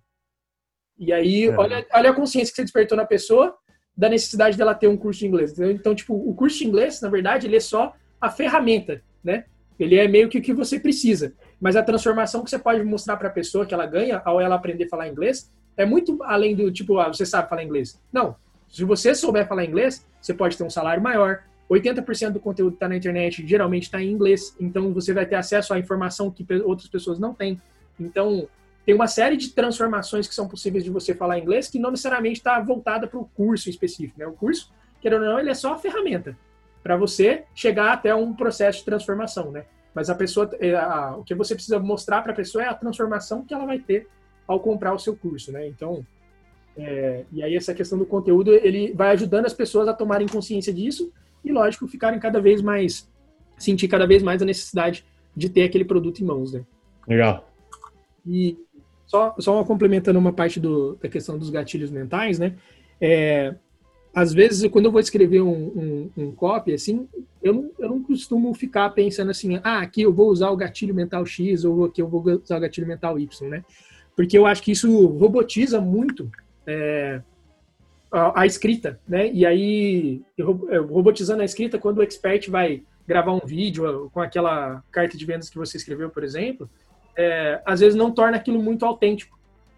E aí, é. olha, olha a consciência que você despertou na pessoa da necessidade dela ter um curso de inglês. Entendeu? Então, tipo, o curso de inglês, na verdade, ele é só a ferramenta, né? Ele é meio que o que você precisa. Mas a transformação que você pode mostrar para a pessoa que ela ganha ao ela aprender a falar inglês é muito além do tipo, ah, você sabe falar inglês. Não. Se você souber falar inglês, você pode ter um salário maior. oitenta por cento do conteúdo que está na internet geralmente está em inglês. Então, você vai ter acesso à informação que outras pessoas não têm. Então, tem uma série de transformações que são possíveis de você falar inglês que não necessariamente está voltada para o curso específico, né? O curso, querendo ou não, ele é só a ferramenta para você chegar até um processo de transformação, né? Mas a pessoa, a, a, o que você precisa mostrar para a pessoa é a transformação que ela vai ter ao comprar o seu curso, né? Então, é, e aí essa questão do conteúdo, ele vai ajudando as pessoas a tomarem consciência disso e, lógico, ficarem cada vez mais, sentir cada vez mais a necessidade de ter aquele produto em mãos, né? Legal. E só, só complementando uma parte do, da questão dos gatilhos mentais, né? É, às vezes, quando eu vou escrever um, um, um copy, assim, eu não, eu não costumo ficar pensando assim, ah, aqui eu vou usar o gatilho mental X ou aqui eu vou usar o gatilho mental Y, né? Porque eu acho que isso robotiza muito é, a, a escrita, né? E aí, eu, eu, robotizando a escrita, quando o expert vai gravar um vídeo com aquela carta de vendas que você escreveu, por exemplo, é, às vezes não torna aquilo muito autêntico.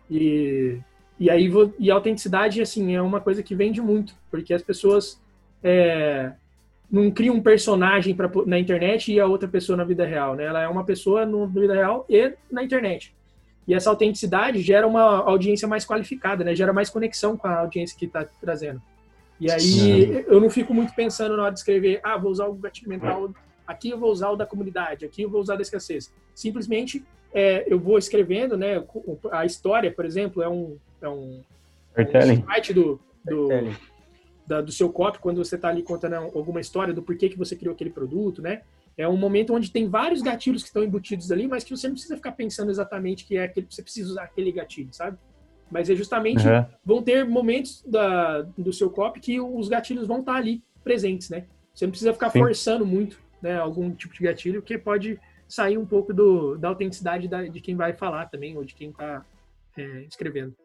E, e aí e a autenticidade, assim, é uma coisa que vende muito, porque as pessoas é, não criam um personagem pra, na internet e a outra pessoa na vida real, né? Ela é uma pessoa na vida real e na internet. E essa autenticidade gera uma audiência mais qualificada, né? Gera mais conexão com a audiência que está trazendo. E aí Sim. eu não fico muito pensando na hora de escrever, ah, vou usar o gatilho mental, aqui eu vou usar o da comunidade, aqui eu vou usar da escassez. Simplesmente é, eu vou escrevendo, né? A história, por exemplo, é um, é um, um site do, do, da, do seu copy, quando você está ali contando alguma história do porquê que você criou aquele produto, né? É um momento onde tem vários gatilhos que estão embutidos ali, mas que você não precisa ficar pensando exatamente que é aquele, você precisa usar aquele gatilho, sabe? Mas é justamente, uhum. vão ter momentos da, do seu copy que os gatilhos vão estar ali presentes, né? Você não precisa ficar Sim. forçando muito, né, algum tipo de gatilho, que pode sair um pouco do, da autenticidade da, de quem vai falar também, ou de quem está é, escrevendo.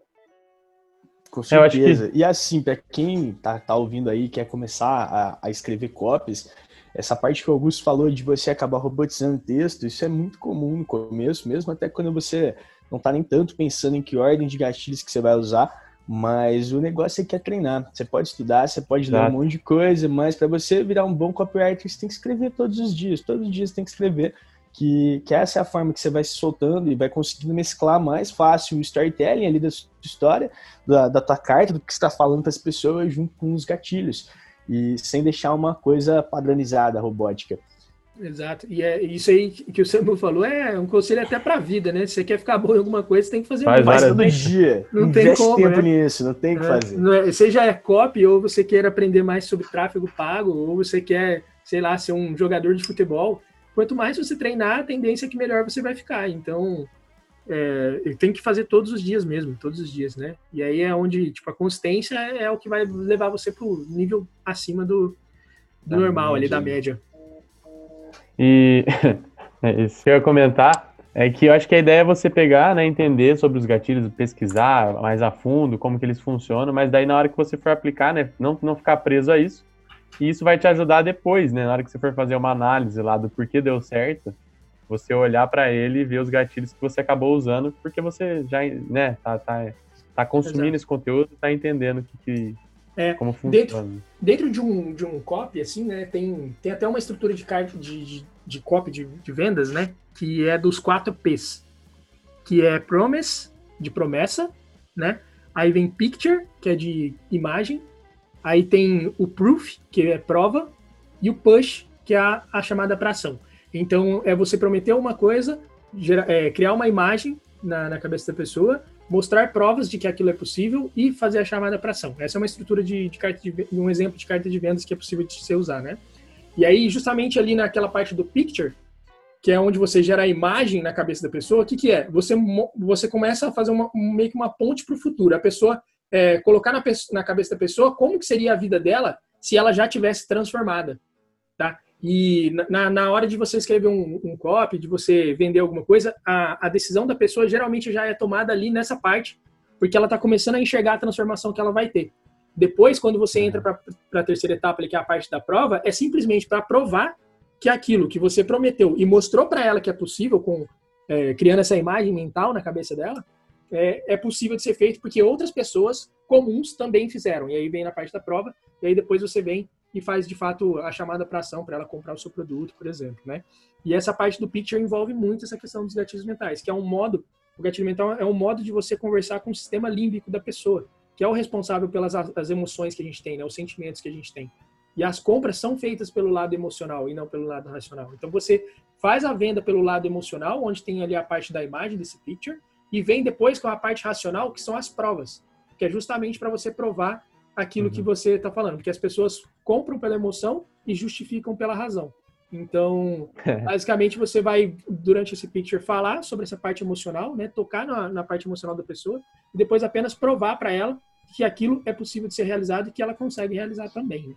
Com certeza. Que... E assim, para quem tá, tá ouvindo aí, quer começar a, a escrever copies, essa parte que o Augusto falou de você acabar robotizando o texto, isso é muito comum no começo, mesmo até quando você não tá nem tanto pensando em que ordem de gatilhos que você vai usar, mas o negócio é que é treinar. Você pode estudar, você pode Exato. ler um monte de coisa, mas para você virar um bom copywriter, você tem que escrever todos os dias, todos os dias você tem que escrever, que, que essa é a forma que você vai se soltando e vai conseguindo mesclar mais fácil o storytelling ali da sua história, da, da tua carta, do que você está falando para as pessoas junto com os gatilhos. E sem deixar uma coisa padronizada, robótica. Exato. E é isso aí que o Samuel falou, é um conselho até pra vida, né? Se você quer ficar bom em alguma coisa, você tem que fazer Faz mais. todo dia. Não Investe tem como, tempo né? nisso, não tem o que é, fazer. Não é, seja é copy, ou você quer aprender mais sobre tráfego pago, ou você quer, sei lá, ser um jogador de futebol. Quanto mais você treinar, a tendência é que melhor você vai ficar. Então, é, tem que fazer todos os dias mesmo, todos os dias, né? E aí é onde, tipo, a consistência é o que vai levar você pro nível acima do, do normal, média. ali, da média. E isso que eu ia comentar é que eu acho que a ideia é você pegar, né, entender sobre os gatilhos, pesquisar mais a fundo como que eles funcionam, mas daí na hora que você for aplicar, né, não, não ficar preso a isso, e isso vai te ajudar depois, né, na hora que você for fazer uma análise lá do porquê deu certo, você olhar para ele e ver os gatilhos que você acabou usando, porque você já, né, tá, tá, tá consumindo Exato. esse conteúdo, tá entendendo que, que, É, como funciona. dentro, dentro de um, de um copy, assim, né, tem, tem até uma estrutura de, carta de, de, de copy de, de vendas, né, que é dos quatro P's, que é promise, de promessa, né, aí vem picture, que é de imagem, aí tem o proof, que é prova, e o push, que é a, a chamada para ação. Então, é você prometer uma coisa, gera, é, criar uma imagem na, na cabeça da pessoa, mostrar provas de que aquilo é possível e fazer a chamada para ação. Essa é uma estrutura de, de carta de um exemplo de carta de vendas que é possível de você usar, né? E aí, justamente ali naquela parte do picture, que é onde você gera a imagem na cabeça da pessoa, o que, que é? Você, você começa a fazer uma, meio que uma ponte para o futuro. A pessoa, é, colocar na, na cabeça da pessoa como que seria a vida dela se ela já tivesse transformada, tá? E na, na hora de você escrever um, um copy, de você vender alguma coisa, a, a decisão da pessoa geralmente já é tomada ali nessa parte, porque ela está começando a enxergar a transformação que ela vai ter. Depois, quando você entra para a terceira etapa, que é a parte da prova, é simplesmente para provar que aquilo que você prometeu e mostrou para ela que é possível, com, é, criando essa imagem mental na cabeça dela, é, é possível de ser feito porque outras pessoas comuns também fizeram. E aí vem na parte da prova, e aí depois você vem e faz, de fato, a chamada para ação para ela comprar o seu produto, por exemplo, né? E essa parte do picture envolve muito essa questão dos gatilhos mentais, que é um modo, o gatilho mental é um modo de você conversar com o sistema límbico da pessoa, que é o responsável pelas as emoções que a gente tem, né? Os sentimentos que a gente tem. E as compras são feitas pelo lado emocional e não pelo lado racional. Então você faz a venda pelo lado emocional, onde tem ali a parte da imagem desse picture, e vem depois com a parte racional, que são as provas, que é justamente para você provar aquilo uhum. que você está falando, porque as pessoas compram pela emoção e justificam pela razão. Então, basicamente, você vai, durante esse picture, falar sobre essa parte emocional, né, tocar na, na parte emocional da pessoa, e depois apenas provar para ela que aquilo é possível de ser realizado e que ela consegue realizar também. Né?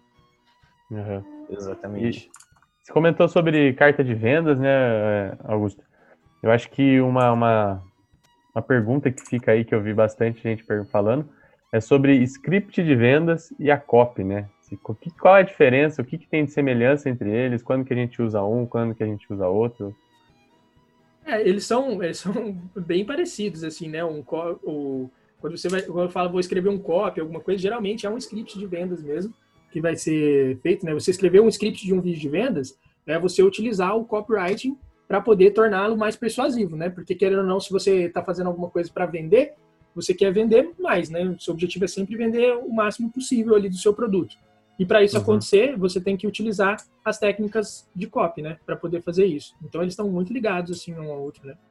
Uhum. Exatamente. E você comentou sobre carta de vendas, né, Augusto? Eu acho que uma, uma, uma pergunta que fica aí, que eu vi bastante gente falando, é sobre script de vendas e a copy, né? Qual é a diferença? O que, que tem de semelhança entre eles? Quando que a gente usa um? Quando que a gente usa outro? É, eles são, eles são bem parecidos, assim, né? Um, o, quando você vai, quando eu falo, vou escrever um copy, alguma coisa, geralmente é um script de vendas mesmo, que vai ser feito, né? Você escrever um script de um vídeo de vendas, é você utilizar o copywriting para poder torná-lo mais persuasivo, né? Porque, querendo ou não, se você está fazendo alguma coisa para vender, você quer vender mais, né? O seu objetivo é sempre vender o máximo possível ali do seu produto. E para isso uhum. acontecer, você tem que utilizar as técnicas de copy, né? Para poder fazer isso. Então, eles estão muito ligados, assim, um ao outro, né?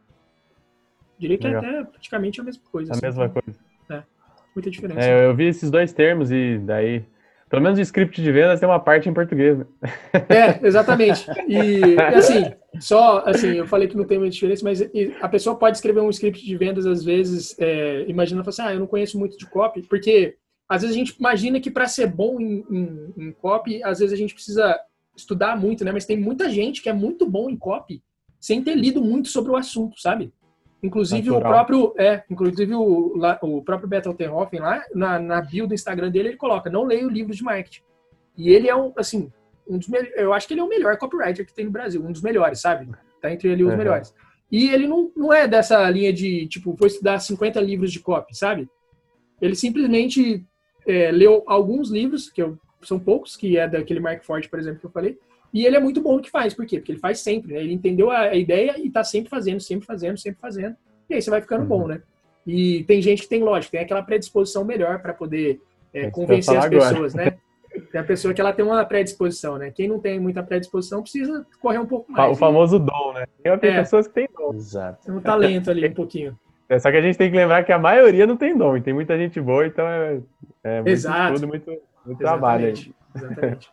Diria que Legal. é até praticamente a mesma coisa. A assim, mesma então, coisa. É, muita diferença. É, eu vi esses dois termos e daí... Pelo menos o script de vendas tem uma parte em português, né? É, exatamente. E, assim, só, assim, eu falei que não tem muita diferença, mas a pessoa pode escrever um script de vendas, às vezes, é, imaginando, assim, ah, eu não conheço muito de copy, porque às vezes a gente imagina que para ser bom em, em, em copy, às vezes a gente precisa estudar muito, né? Mas tem muita gente que é muito bom em copy sem ter lido muito sobre o assunto, sabe? Inclusive Natural. o próprio, é, inclusive o, lá, o próprio Bethel Terhofen lá, na, na bio do Instagram dele, ele coloca, não leio livros de marketing. E ele é um, assim, um dos melhores, eu acho que ele é o melhor copywriter que tem no Brasil, um dos melhores, sabe? Tá entre ele e os uhum. melhores. E ele não, não é dessa linha de, tipo, vou estudar cinquenta livros de copy, sabe? Ele simplesmente é, leu alguns livros, que eu, são poucos, que é daquele Mark Ford, por exemplo, que eu falei, e ele é muito bom no que faz. Por quê? Porque ele faz sempre, né? Ele entendeu a, a ideia e tá sempre fazendo, sempre fazendo, sempre fazendo. E aí você vai ficando uhum. bom, né? E tem gente que tem, lógico, tem aquela predisposição melhor para poder é, convencer as pessoas, agora. né? Tem a pessoa que ela tem uma predisposição, né? Quem não tem muita predisposição precisa correr um pouco mais. O famoso dom, né? Tem, tem é, pessoas que têm dom. Exato. Tem um talento ali, um pouquinho. É, só que a gente tem que lembrar que a maioria não tem dom. E tem muita gente boa, então é, é muito Exato. estudo, muito, muito trabalho aí. Exatamente.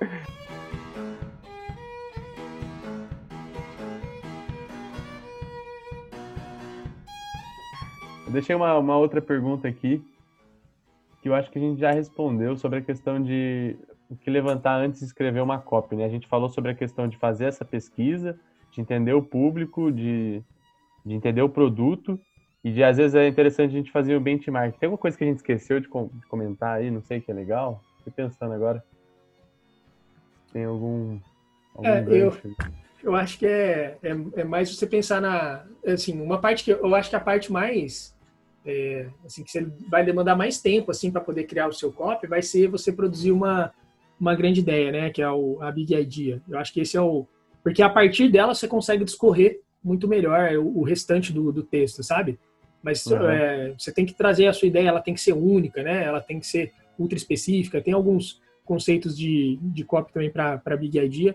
Eu deixei uma, uma outra pergunta aqui, que eu acho que a gente já respondeu sobre a questão de o que levantar antes de escrever uma copy, né? A gente falou sobre a questão de fazer essa pesquisa, de entender o público, de, de entender o produto, e de, às vezes, é interessante a gente fazer o benchmark. Tem alguma coisa que a gente esqueceu de, com, de comentar aí, não sei, que é legal? Tô pensando agora. Tem algum, algum é, gancho? Eu... Eu acho que é, é, é mais você pensar na... Assim, uma parte que eu acho que a parte mais... É, assim, que você vai demandar mais tempo assim para poder criar o seu copy vai ser você produzir uma, uma grande ideia, né? Que é o, a Big Idea. Eu acho que esse é o... Porque a partir dela você consegue discorrer muito melhor o, o restante do, do texto, sabe? Mas uhum. é, você tem que trazer a sua ideia, ela tem que ser única, né? Ela tem que ser ultra específica. Tem alguns conceitos de, de copy também para Big Idea.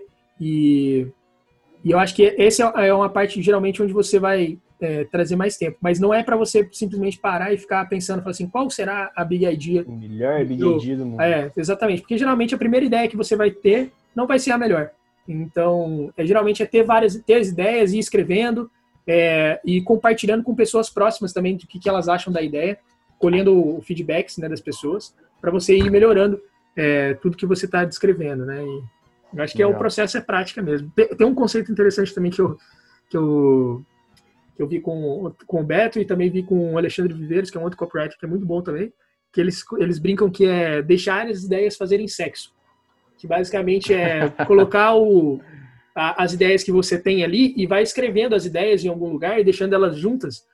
E, e eu acho que essa é uma parte, geralmente, onde você vai é, trazer mais tempo. Mas não é para você simplesmente parar e ficar pensando, falar assim, qual será a Big Idea? O melhor Big do... Idea do mundo. É, exatamente. Porque, geralmente, a primeira ideia que você vai ter não vai ser a melhor. Então, é, geralmente, é ter várias ter as ideias e ir escrevendo é, e compartilhando com pessoas próximas também do que, que elas acham da ideia, colhendo feedbacks, né, das pessoas, para você ir melhorando é, tudo que você está descrevendo, né? E eu acho que é, o processo é prática mesmo. Tem, tem um conceito interessante também que eu, que eu, que eu vi com, com o Beto e também vi com o Alexandre Viveiros, que é um outro copywriter que é muito bom também, que eles, eles brincam que é deixar as ideias fazerem sexo. Que basicamente é colocar o, a, as ideias que você tem ali e vai escrevendo as ideias em algum lugar e deixando elas juntas.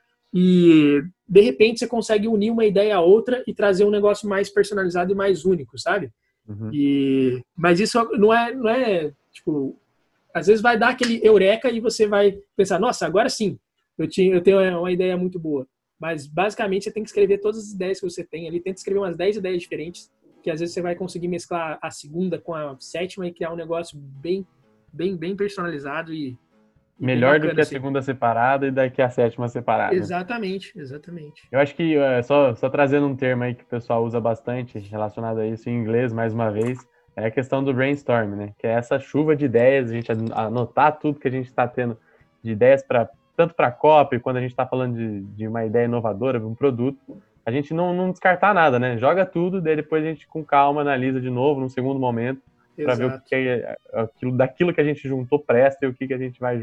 E, de repente, você consegue unir uma ideia a outra e trazer um negócio mais personalizado e mais único, sabe? Uhum. E, mas isso não é, não é, tipo, às vezes vai dar aquele eureka e você vai pensar, nossa, agora sim, eu, tinha, eu tenho uma ideia muito boa. Mas, basicamente, você tem que escrever todas as ideias que você tem ali, tenta escrever umas dez ideias diferentes, que às vezes você vai conseguir mesclar a segunda com a sétima e criar um negócio bem, bem, bem personalizado e melhor bacana, do que a assim. segunda separada e daqui a sétima separada. Exatamente, exatamente. Eu acho que, é, só, só trazendo um termo aí que o pessoal usa bastante relacionado a isso em inglês, mais uma vez, é a questão do brainstorm, né? Que é essa chuva de ideias, a gente anotar tudo que a gente está tendo de ideias, pra, tanto para copy, quando a gente está falando de, de uma ideia inovadora, de um produto, a gente não, não descartar nada, né? Joga tudo, daí depois a gente com calma analisa de novo, num segundo momento, para ver o que é, aquilo, daquilo que a gente juntou presta e o que, que a gente vai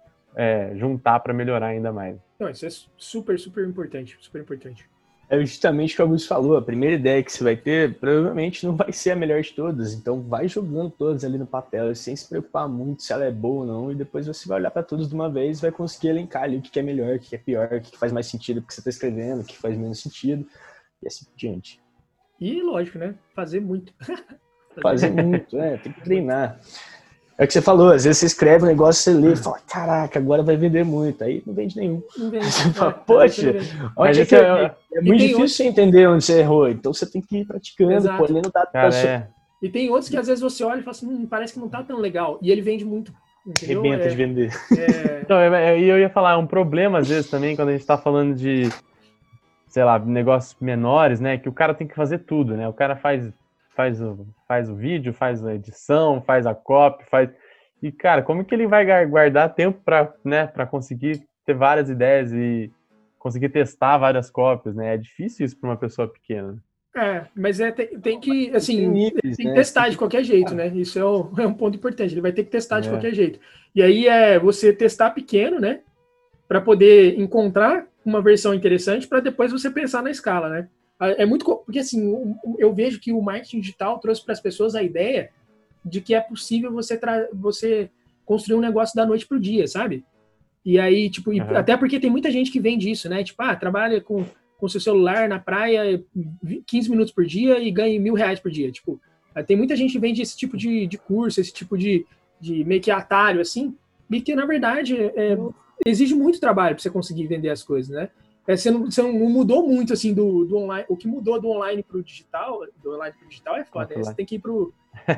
é, juntar para melhorar ainda mais. Não, isso é super, super importante, super importante. É justamente o que o Augusto falou, a primeira ideia que você vai ter provavelmente não vai ser a melhor de todas, então vai jogando todas ali no papel, sem se preocupar muito se ela é boa ou não, e depois você vai olhar para todas de uma vez e vai conseguir elencar ali o que é melhor, o que é pior, o que faz mais sentido porque você está escrevendo, o que faz menos sentido, e assim por diante. E lógico, né? Fazer muito. Fazer muito, é, tem que treinar. É o que você falou, às vezes você escreve um negócio, você lê e fala, caraca, agora vai vender muito. Aí não vende nenhum. Não vende. Você fala, poxa, onde é, que é, é muito difícil outros... você entender onde você errou. Então você tem que ir praticando, colhendo dado para sua... é. E tem outros que às vezes você olha e fala assim, hum, parece que não tá tão legal. E ele vende muito. Entendeu? Rebenta é, de vender. É... Então, eu, eu ia falar, é um problema às vezes também quando a gente tá falando de, sei lá, negócios menores, né? Que o cara tem que fazer tudo, né? O cara faz, faz, o, faz o vídeo, faz a edição, faz a copy, faz... E, cara, como que ele vai guardar tempo para, né, para conseguir ter várias ideias e conseguir testar várias cópias, né? É difícil isso para uma pessoa pequena. É, mas é, tem, tem que, assim, tem, níveis, tem que né? testar de qualquer jeito, né? Isso é, o, é um ponto importante. Ele vai ter que testar é. de qualquer jeito. E aí é você testar pequeno, né? Para poder encontrar uma versão interessante para depois você pensar na escala, né? É muito... Porque, assim, eu vejo que o marketing digital trouxe para as pessoas a ideia de que é possível você, tra- você construir um negócio da noite pro dia, sabe? E aí, tipo, uhum. até porque tem muita gente que vende isso, né? Tipo, ah, trabalha com com seu celular na praia quinze minutos por dia e ganha mil reais por dia. Tipo, tem muita gente que vende esse tipo de, de curso, esse tipo de, de meio que atalho, assim, e que, na verdade, é, exige muito trabalho para você conseguir vender as coisas, né? É, você, não, você não mudou muito, assim, do, do online. O que mudou do online pro digital, do online pro digital é foda, né? Você tem que ir pro,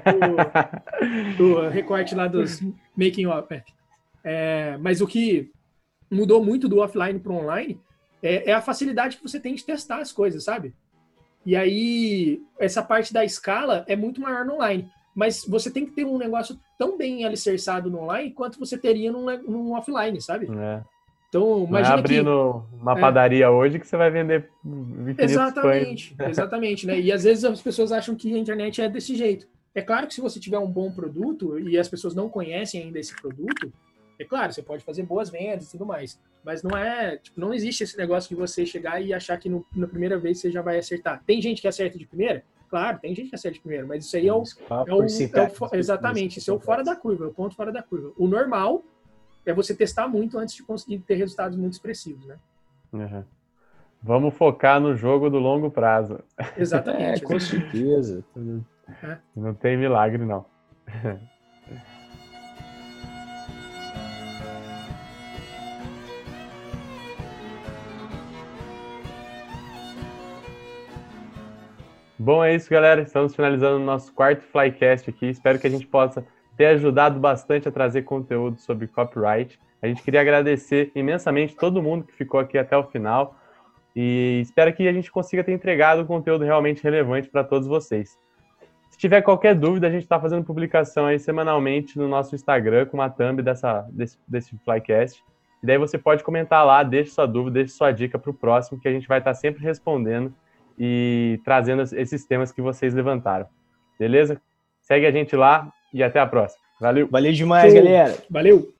pro, pro recorte lá dos making off. É, mas o que mudou muito do offline pro online é, é a facilidade que você tem de testar as coisas, sabe? E aí, essa parte da escala é muito maior no online. Mas você tem que ter um negócio tão bem alicerçado no online quanto você teria num, num offline, sabe? É. Então, imagina não é abrindo que, uma padaria é, hoje que você vai vender infinitos exatamente, pães. Exatamente, né? E às vezes as pessoas acham que a internet é desse jeito. É claro que se você tiver um bom produto e as pessoas não conhecem ainda esse produto, é claro, você pode fazer boas vendas e tudo mais. Mas não é, tipo, não existe esse negócio de você chegar e achar que no, na primeira vez você já vai acertar. Tem gente que acerta de primeira? Claro, tem gente que acerta de primeiro, mas isso aí é o, Qual a é o, é o porcentagem fo- das pessoas exatamente, que isso é o fora da acontece? curva, é o ponto fora da curva. O normal é você testar muito antes de conseguir ter resultados muito expressivos, né? Uhum. Vamos focar no jogo do longo prazo. Exatamente. É, com exatamente. certeza. Não tem milagre, não. Bom, é isso, galera. Estamos finalizando o nosso quarto Flycast aqui. Espero que a gente possa ter ajudado bastante a trazer conteúdo sobre copyright. A gente queria agradecer imensamente todo mundo que ficou aqui até o final e espero que a gente consiga ter entregado um conteúdo realmente relevante para todos vocês. Se tiver qualquer dúvida, a gente está fazendo publicação aí semanalmente no nosso Instagram com uma thumb dessa, desse, desse Flycast. E daí você pode comentar lá, deixe sua dúvida, deixe sua dica para o próximo, que a gente vai estar sempre respondendo e trazendo esses temas que vocês levantaram. Beleza? Segue a gente lá e até a próxima. Valeu! Valeu demais, Show. galera. Valeu!